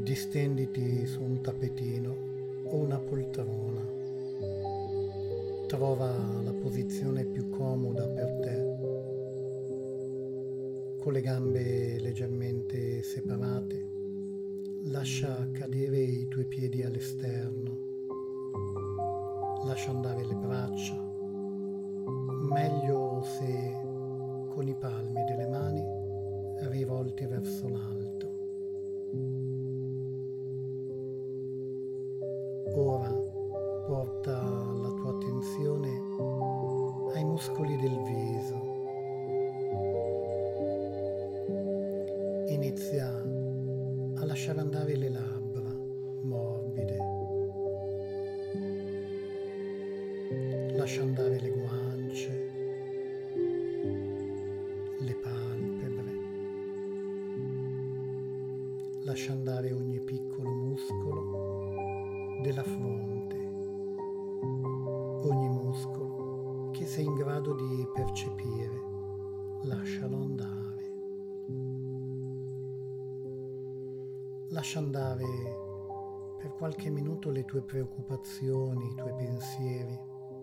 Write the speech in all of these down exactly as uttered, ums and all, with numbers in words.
Distenditi su un tappetino o una poltrona. Trova la posizione più comoda per te, con le gambe leggermente separate. Lascia cadere i tuoi piedi all'esterno. Lascia andare le braccia. Meglio se con i palmi delle mani rivolti verso l'alto. Ora porta la tua attenzione ai muscoli del viso. Inizia a lasciare andare le labbra morbide. Lascia andare le guance, le palpebre. Lascia andare ogni piccolo muscolo della fronte, ogni muscolo che sei in grado di percepire, lascialo andare. Lascia andare per qualche minuto le tue preoccupazioni, i tuoi pensieri.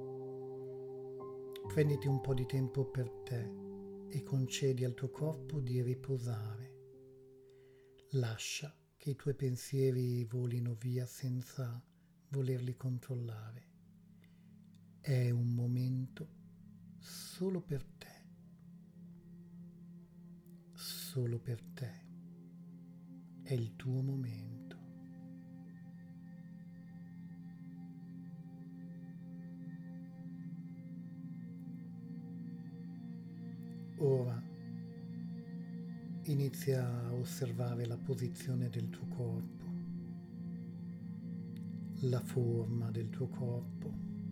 Prenditi un po' di tempo per te e concedi al tuo corpo di riposare. Lascia che i tuoi pensieri volino via senza volerli controllare. È un momento solo per te, solo per te. È il tuo momento. Ora inizia a osservare la posizione del tuo corpo, la forma del tuo corpo.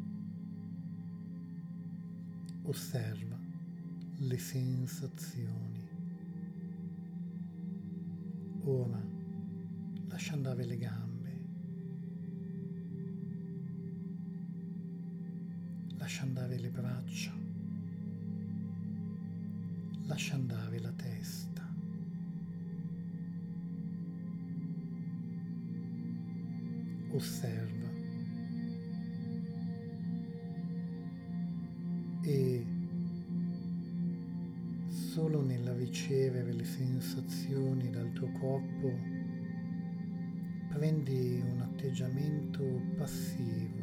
Osserva le sensazioni. Ora lascia andare le gambe. Lascia andare le braccia. Lascia andare la testa. Osserva e solo nel ricevere le sensazioni dal tuo corpo prendi un atteggiamento passivo,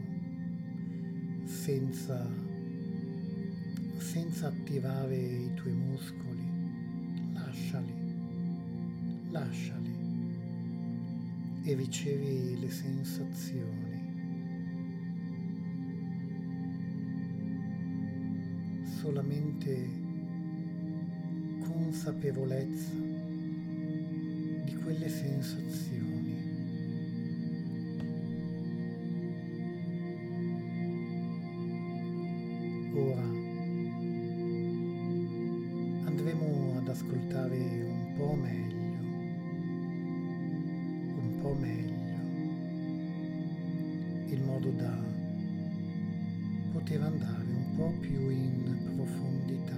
senza, senza attivare i tuoi muscoli. Lasciali, lasciali. E ricevi le sensazioni. Solamente consapevolezza di quelle sensazioni. Ora andremo ad ascoltare un po' meglio. Un po' meglio, in modo da poter andare un po' più in profondità.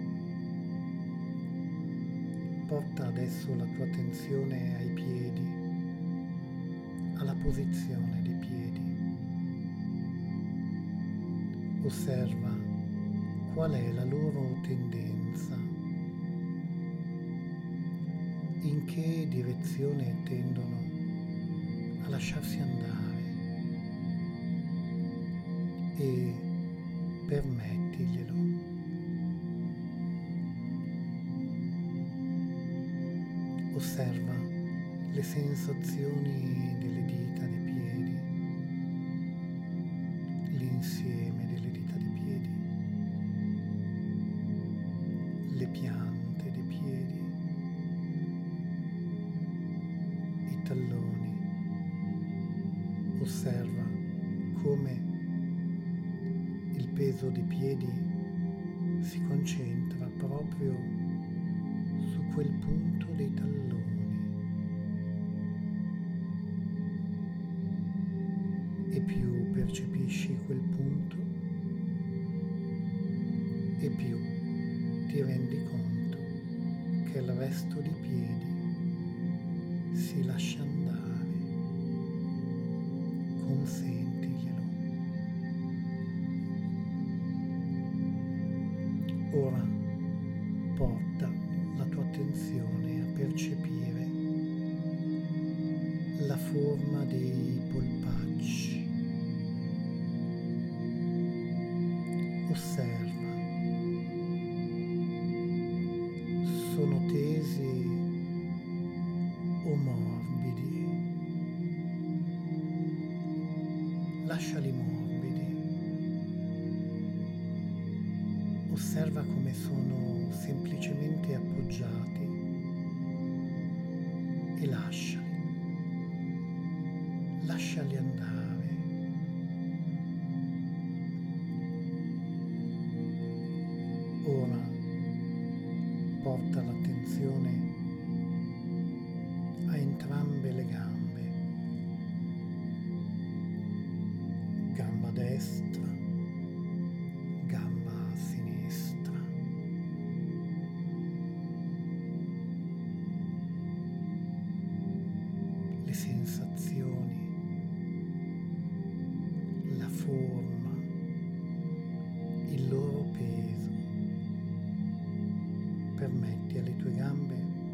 Porta adesso la tua attenzione ai piedi, alla posizione dei piedi. Osserva qual è la loro tendenza, in che direzione tendono a lasciarsi andare, e permettiglielo. Osserva le sensazioni delle dita dei piedi, l'insieme delle dita dei piedi, le piante dei piedi, i talloni. Osserva come il peso dei piedi si concentra proprio su quel punto dei talloni, e più percepisci quel punto e più ti rendi conto che il resto dei piedi si lascia andare. consentiglielo. Ora porta la tua attenzione a percepire la forma dei polpacci. Osserva, sono tesi o morbidi? Lasciali morbidi. Osserva come sono semplicemente appoggiati e lasciali. Lasciali andare. Ora porta l'attenzione a entrambe le gambe. Gamba destra, gamba sinistra. Le sensazioni, la forma, il loro peso. Permetti alle tue gambe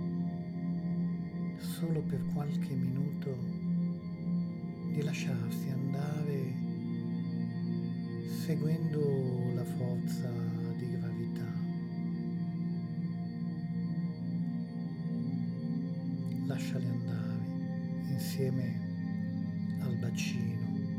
solo per qualche minuto di lasciarsi andare seguendo la forza di gravità. Lasciali andare insieme al bacino.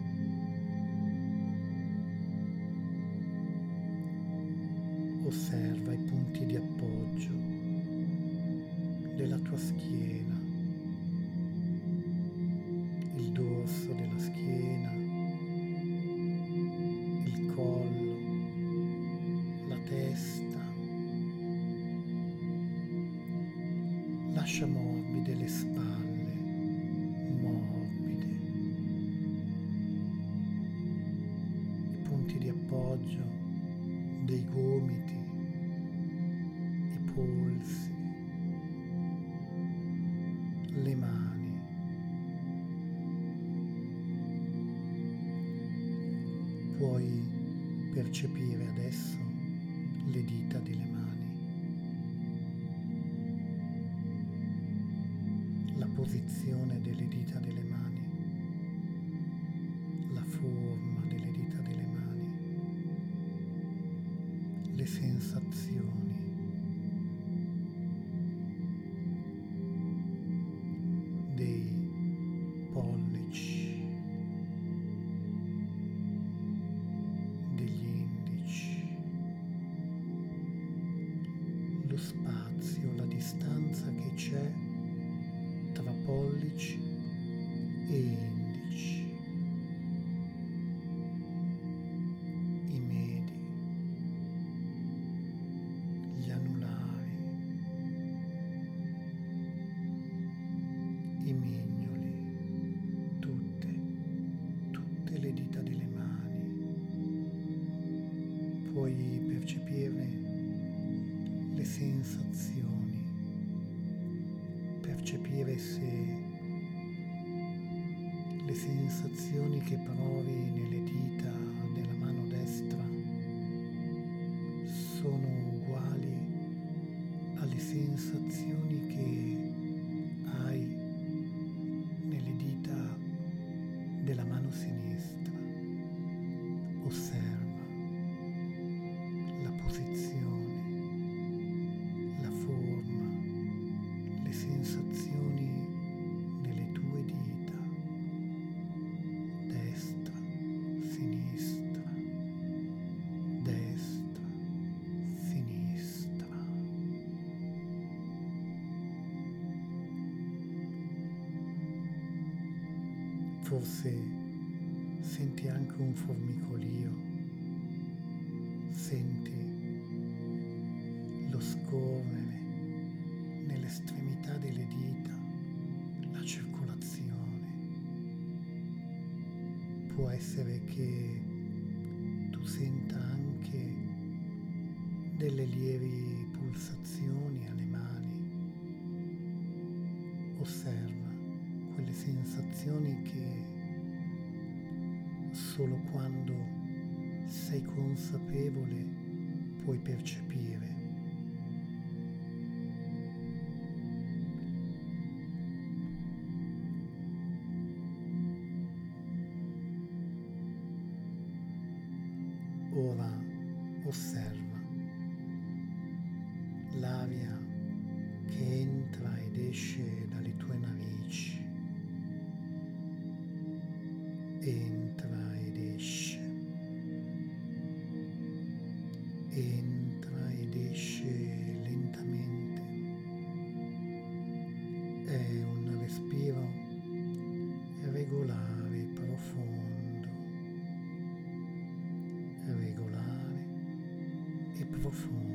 Osserva i punti di appoggio della tua schiena, il dorso della schiena, il collo, la testa. Lascia morbide le spalle, morbide. I punti di appoggio dei gomiti, i polsi, le mani. Puoi percepire adesso le dita delle mani, la posizione delle dita delle mani, la forma delle dita delle mani, le sensazioni. Dei pollici, degli indici, lo spazio, la distanza che c'è tra pollici e indici, i medi, gli anulari, i mignoli, tutte, tutte le dita delle mani. Puoi percepire le sensazioni, percepire se le sensazioni che provi nelle dita della mano destra sono uguali alle sensazioni che hai nelle dita della mano sinistra. Osserva la posizione, la forma, le sensazioni delle tue dita, destra, sinistra, destra, sinistra. Forse senti anche un formicolio, senti lo scorrere nell'estremità delle dita, la circolazione. Può essere che tu senta anche delle lievi pulsazioni alle mani. Osserva quelle sensazioni che solo quando sei consapevole puoi percepire. Ora osserva l'aria che entra ed esce dalle tue narici, entra ed esce, entra ed esce lentamente. È un respiro regolare, profondo, regolare e profondo.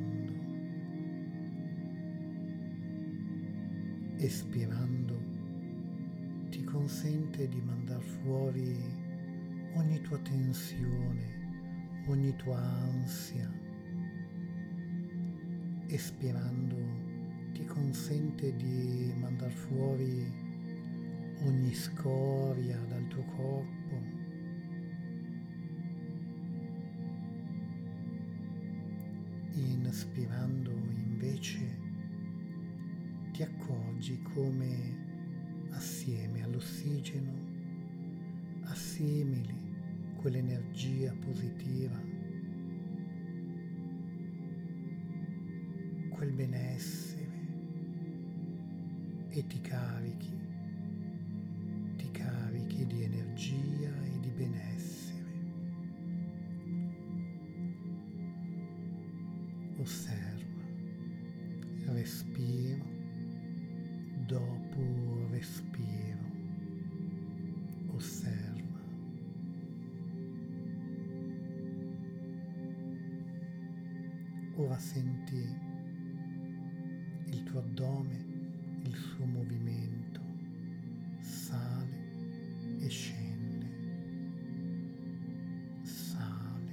Espirando ti consente di mandar fuori ogni tua tensione, ogni tua ansia. Espirando ti consente di mandar fuori ogni scoria dal tuo corpo. Inspirando invece ti accorgi come assieme all'ossigeno assimili quell'energia positiva, quel benessere e ti carichi, ti carichi di energia e di benessere. Osserva, respiro dopo respiro, osserva. Ora senti il tuo addome, il suo movimento, sale e scende, sale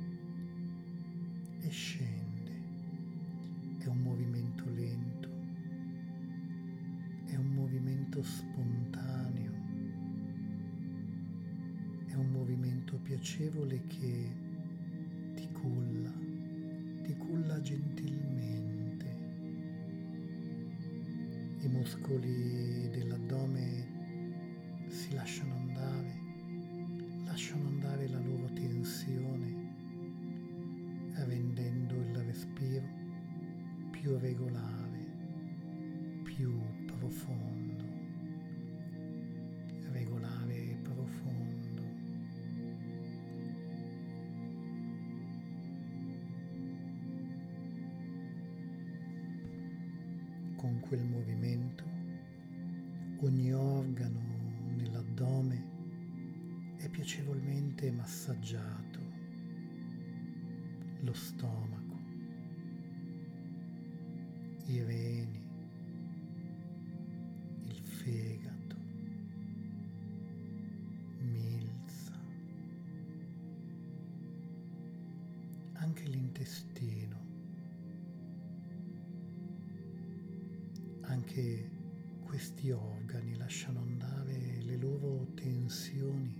e scende. È un movimento lento, è un movimento spontaneo, è un movimento piacevole che ti culla, ti culla gentilmente. I muscoli dell'addome si lasciano andare, lasciano andare la loro tensione, rendendo il respiro più regolare, più profondo, regolare e profondo. Con quel movimento ogni organo nell'addome è piacevolmente massaggiato. Lo stomaco, i reni, il fegato, milza, anche l'intestino, anche questi organi lasciano andare le loro tensioni.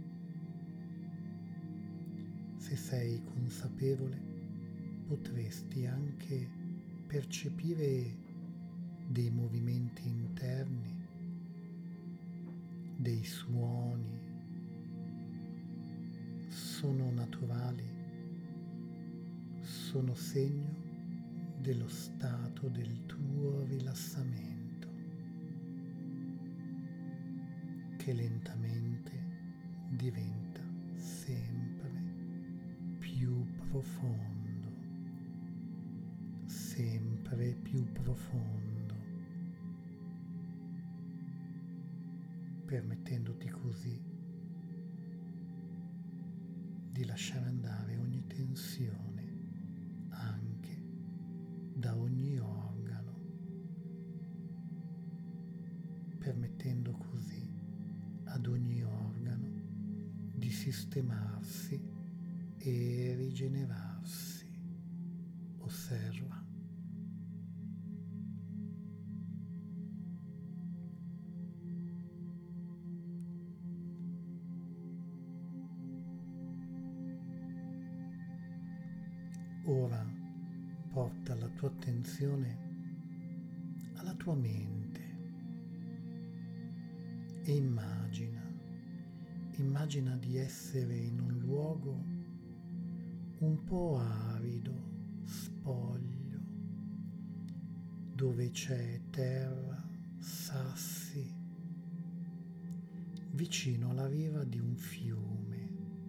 Se sei consapevole, potresti anche percepire dei movimenti interni, dei suoni. Sono naturali, sono segno dello stato del tuo rilassamento, che lentamente diventa sempre più profondo, sempre più profondo, permettendoti così di lasciare andare ogni tensione, anche da ogni organo, permettendo così ad ogni organo di sistemarsi e rigenerarsi. Osserva. porta la tua attenzione alla tua mente e immagina, immagina di essere in un luogo un po' arido, spoglio, dove c'è terra, sassi, vicino alla riva di un fiume.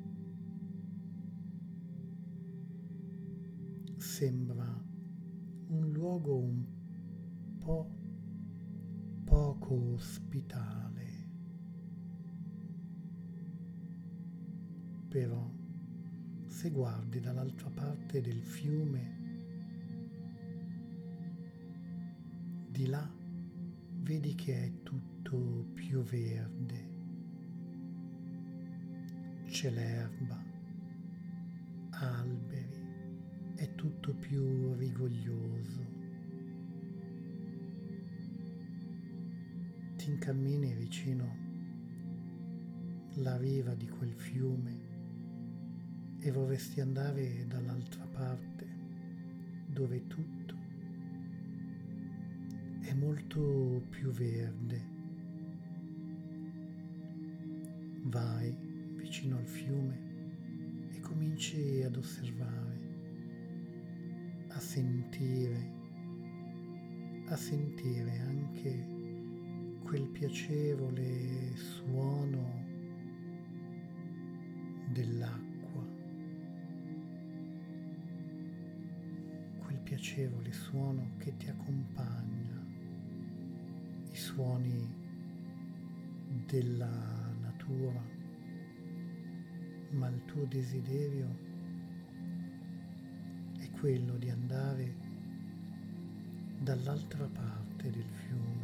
Sembra un luogo un po' poco ospitale, però se guardi dall'altra parte del fiume, di là vedi che è tutto più verde, c'è l'erba, alberi, è tutto più rigoglioso. Ti incammini vicino alla riva di quel fiume e vorresti andare dall'altra parte, dove tutto è molto più verde. Vai vicino al fiume e cominci ad osservare, a sentire, a sentire anche quel piacevole suono dell'acqua, quel piacevole suono che ti accompagna, i suoni della natura, ma il tuo desiderio è quello di andare dall'altra parte del fiume,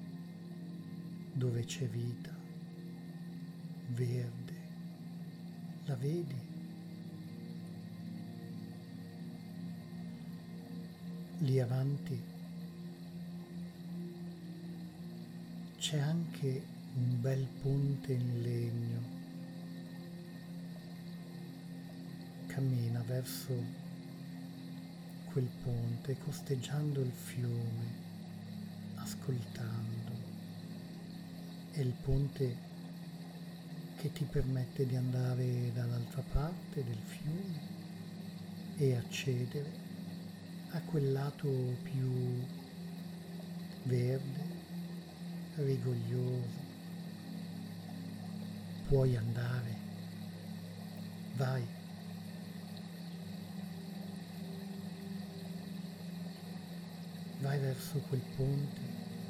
dove c'è vita, verde. La vedi? Lì avanti c'è anche un bel ponte in legno. Cammina verso quel ponte costeggiando il fiume, ascoltando. È il ponte che ti permette di andare dall'altra parte del fiume e accedere a quel lato più verde, rigoglioso. Puoi andare, vai. Vai verso quel ponte,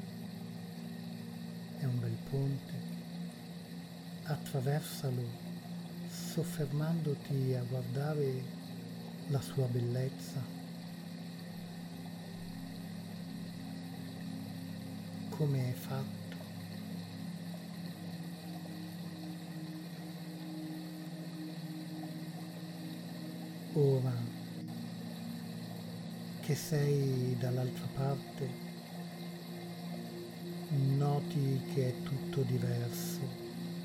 è un bel ponte. Attraversalo soffermandoti a guardare la sua bellezza, come è fatto. Ora che sei dall'altra parte, noti che è tutto diverso.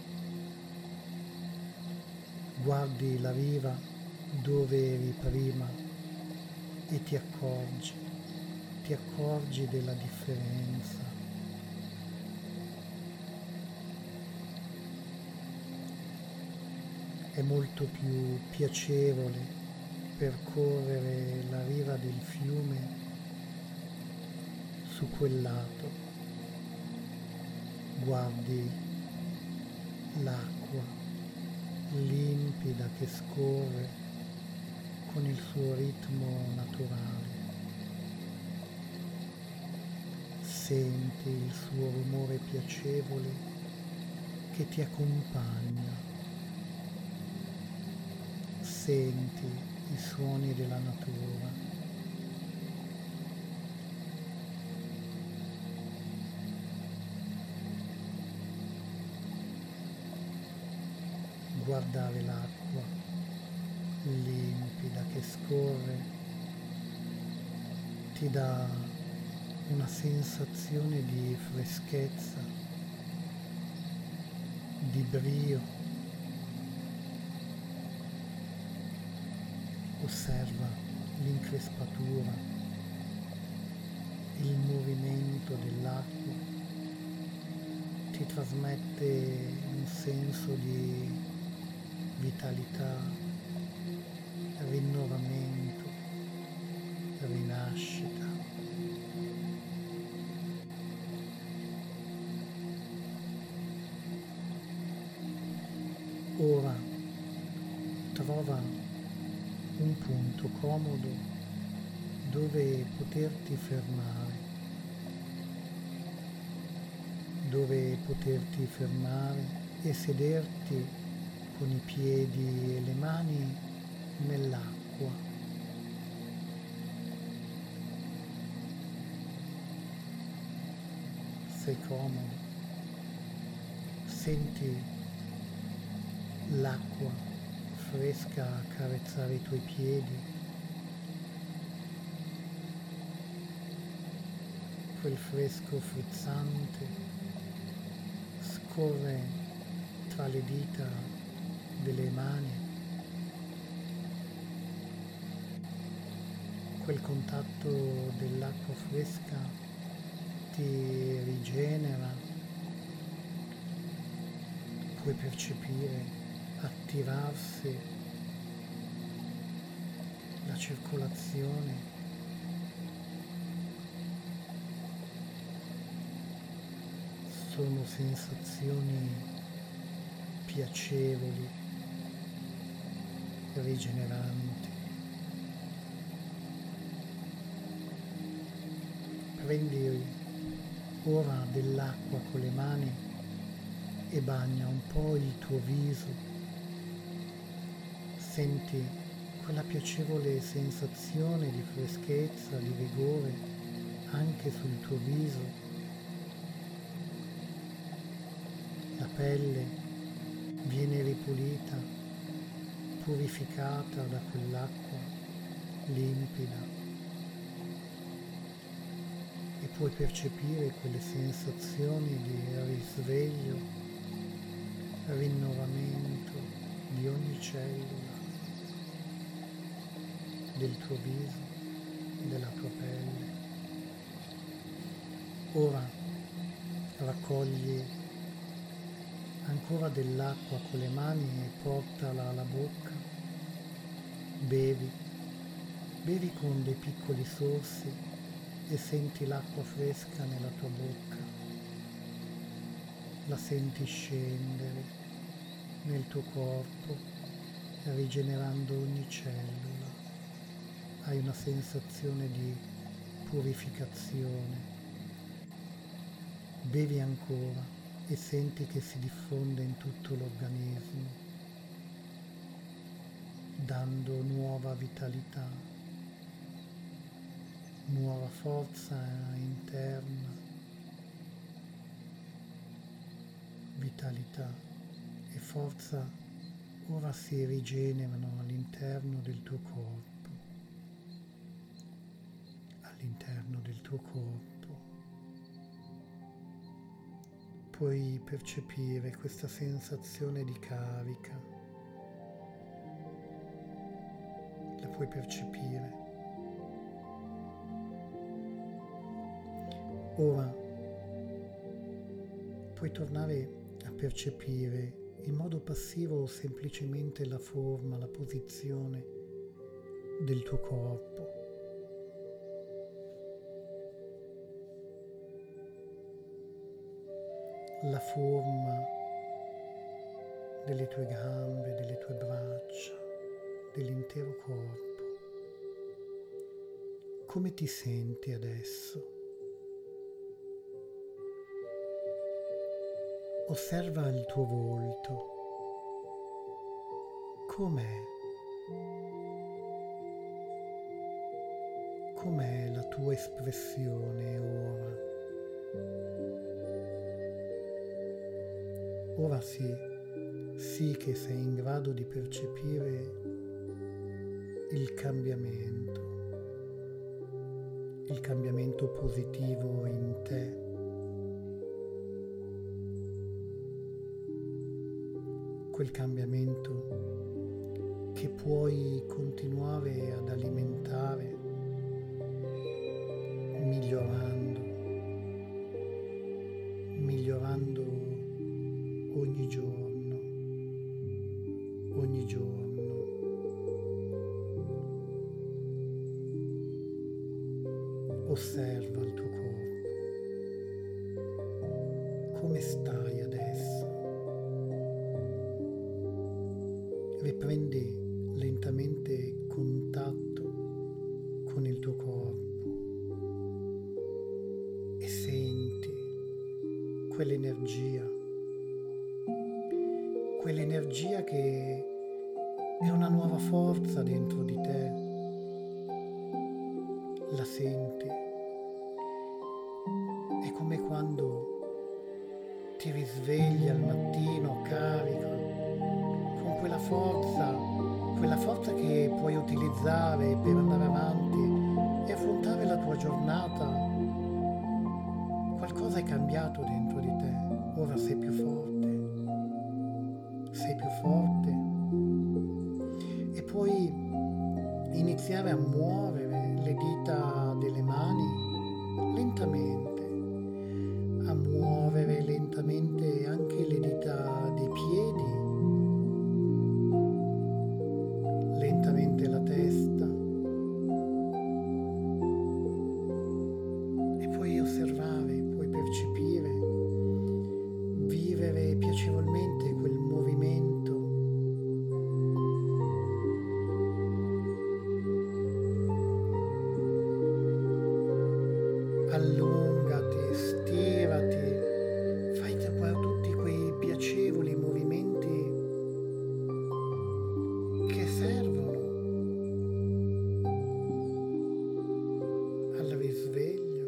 Guardi la riva dove eri prima e ti accorgi, ti accorgi della differenza. È molto più piacevole percorrere la riva del fiume su quel lato. Guardi l'acqua limpida che scorre con il suo ritmo naturale. Senti il suo rumore piacevole che ti accompagna. Senti i suoni della natura. Guardare l'acqua limpida che scorre ti dà una sensazione di freschezza, di brio. Osserva l'increspatura, il movimento dell'acqua ti trasmette un senso di vitalità, rinnovamento, rinascita. Ora trova un punto comodo dove poterti fermare, dove poterti fermare e sederti con i piedi e le mani nell'acqua. Sei comodo, senti l'acqua fresca accarezzare i tuoi piedi, quel fresco frizzante scorre tra le dita delle mani, quel contatto dell'acqua fresca ti rigenera, puoi percepire attivarsi la circolazione, sono sensazioni piacevoli, rigeneranti. Prendi ora dell'acqua con le mani e bagna un po' il tuo viso. Senti quella piacevole sensazione di freschezza, di vigore anche sul tuo viso. La pelle viene ripulita, purificata da quell'acqua limpida e puoi percepire quelle sensazioni di risveglio, rinnovamento di ogni cellula del tuo viso, della tua pelle. Ora raccogli ancora dell'acqua con le mani e portala alla bocca. Bevi, bevi con dei piccoli sorsi e senti l'acqua fresca nella tua bocca. La senti scendere nel tuo corpo, rigenerando ogni cellula. Hai una sensazione di purificazione. Bevi ancora e senti che si diffonde in tutto l'organismo, dando nuova vitalità, nuova forza interna, vitalità e forza ora si rigenerano all'interno del tuo corpo. All'interno del tuo corpo puoi percepire questa sensazione di carica, la puoi percepire. Ora puoi tornare a percepire in modo passivo o semplicemente la forma, la posizione del tuo corpo. La forma delle tue gambe, delle tue braccia, dell'intero corpo. Come ti senti adesso? Osserva il tuo volto. Com'è? Com'è la tua espressione ora? Ora sì, sì che sei in grado di percepire il cambiamento, il cambiamento positivo in te. Quel cambiamento che puoi continuare ad alimentare migliorando, migliorando ogni giorno, ogni giorno. Osserva il tuo corpo, come stai adesso? Riprendi lentamente contatto con il tuo corpo e senti quell'energia, quell'energia che è una nuova forza dentro di te. La senti? È come quando ti risvegli al mattino carico, con quella forza, quella forza che puoi utilizzare per andare avanti e affrontare la tua giornata. Qualcosa è cambiato dentro di te, ora sei più forte, sei più forte e puoi iniziare a muovere le dita delle mani lentamente, a muovere lentamente anche le dita dei piedi, lentamente la testa e puoi osservare, puoi percepire, vivere piacevolmente quel movimento. Allungati, stirati, fai tutti quei piacevoli movimenti che servono al risveglio.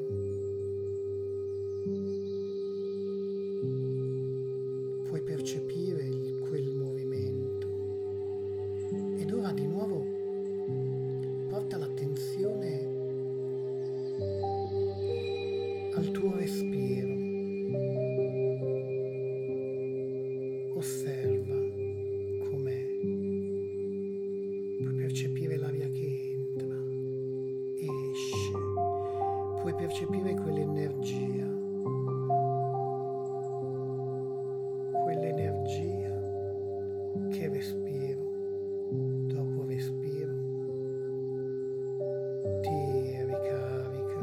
Puoi percepire il, quel movimento ed ora di nuovo porta l'attenzione al tuo respiro. Osserva com'è. Puoi percepire l'aria che entra, esce. Puoi percepire quell'energia, quell'energia che respiro dopo respiro ti ricarica.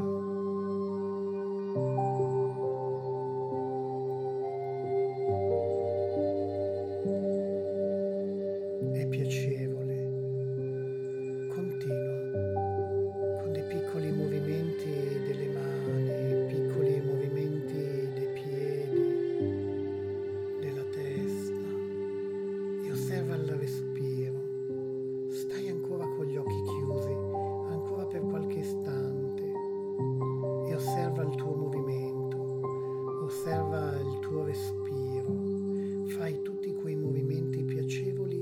È piacevole, continua con dei piccoli movimenti delle mani, piccoli movimenti dei piedi, della testa e osserva il respiro. Stai ancora con gli occhi chiusi, ancora per qualche istante e osserva il tuo movimento, osserva il tuo respiro. Fai tutti quei movimenti piacevoli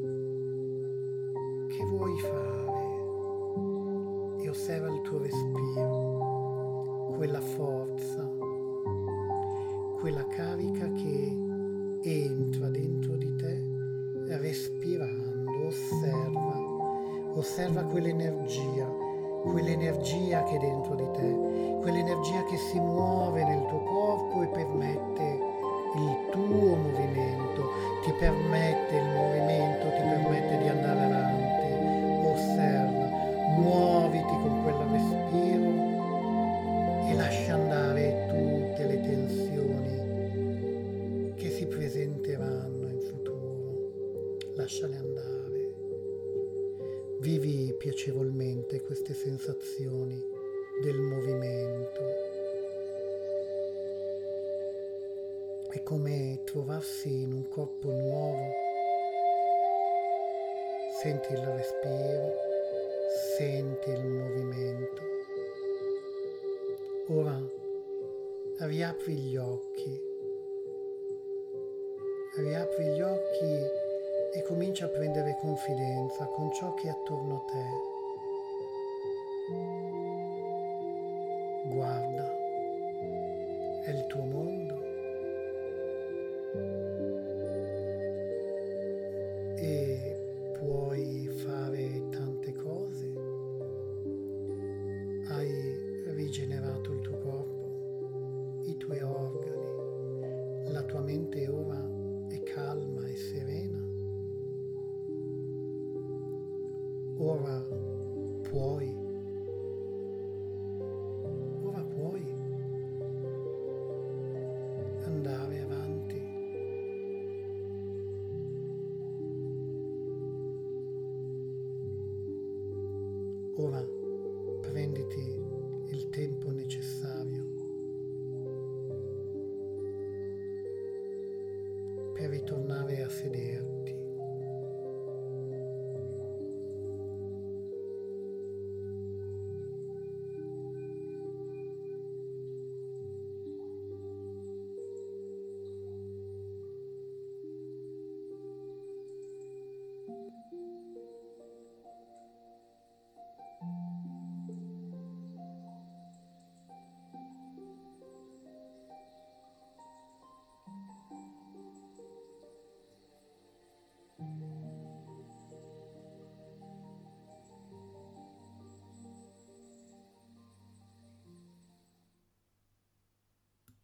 che vuoi fare e osserva il tuo respiro, quella forza, quella carica che entra dentro di te respirando. Osserva, osserva quell'energia, quell'energia che è dentro di te, quell'energia che si muove nel tuo corpo e permette il tuo movimento, ti permette il movimento, ti permette di andare avanti. Osserva, muoviti con quel respiro e lascia andare tutte le tensioni che si presenteranno in futuro. Lasciale andare. Vivi piacevolmente queste sensazioni del movimento. È come trovarsi in un corpo nuovo. Senti il respiro, senti il movimento. Ora riapri gli occhi, riapri gli occhi e comincia a prendere confidenza con ciò che è attorno a te. Guarda, è il tuo mondo e puoi ritornare a sedere.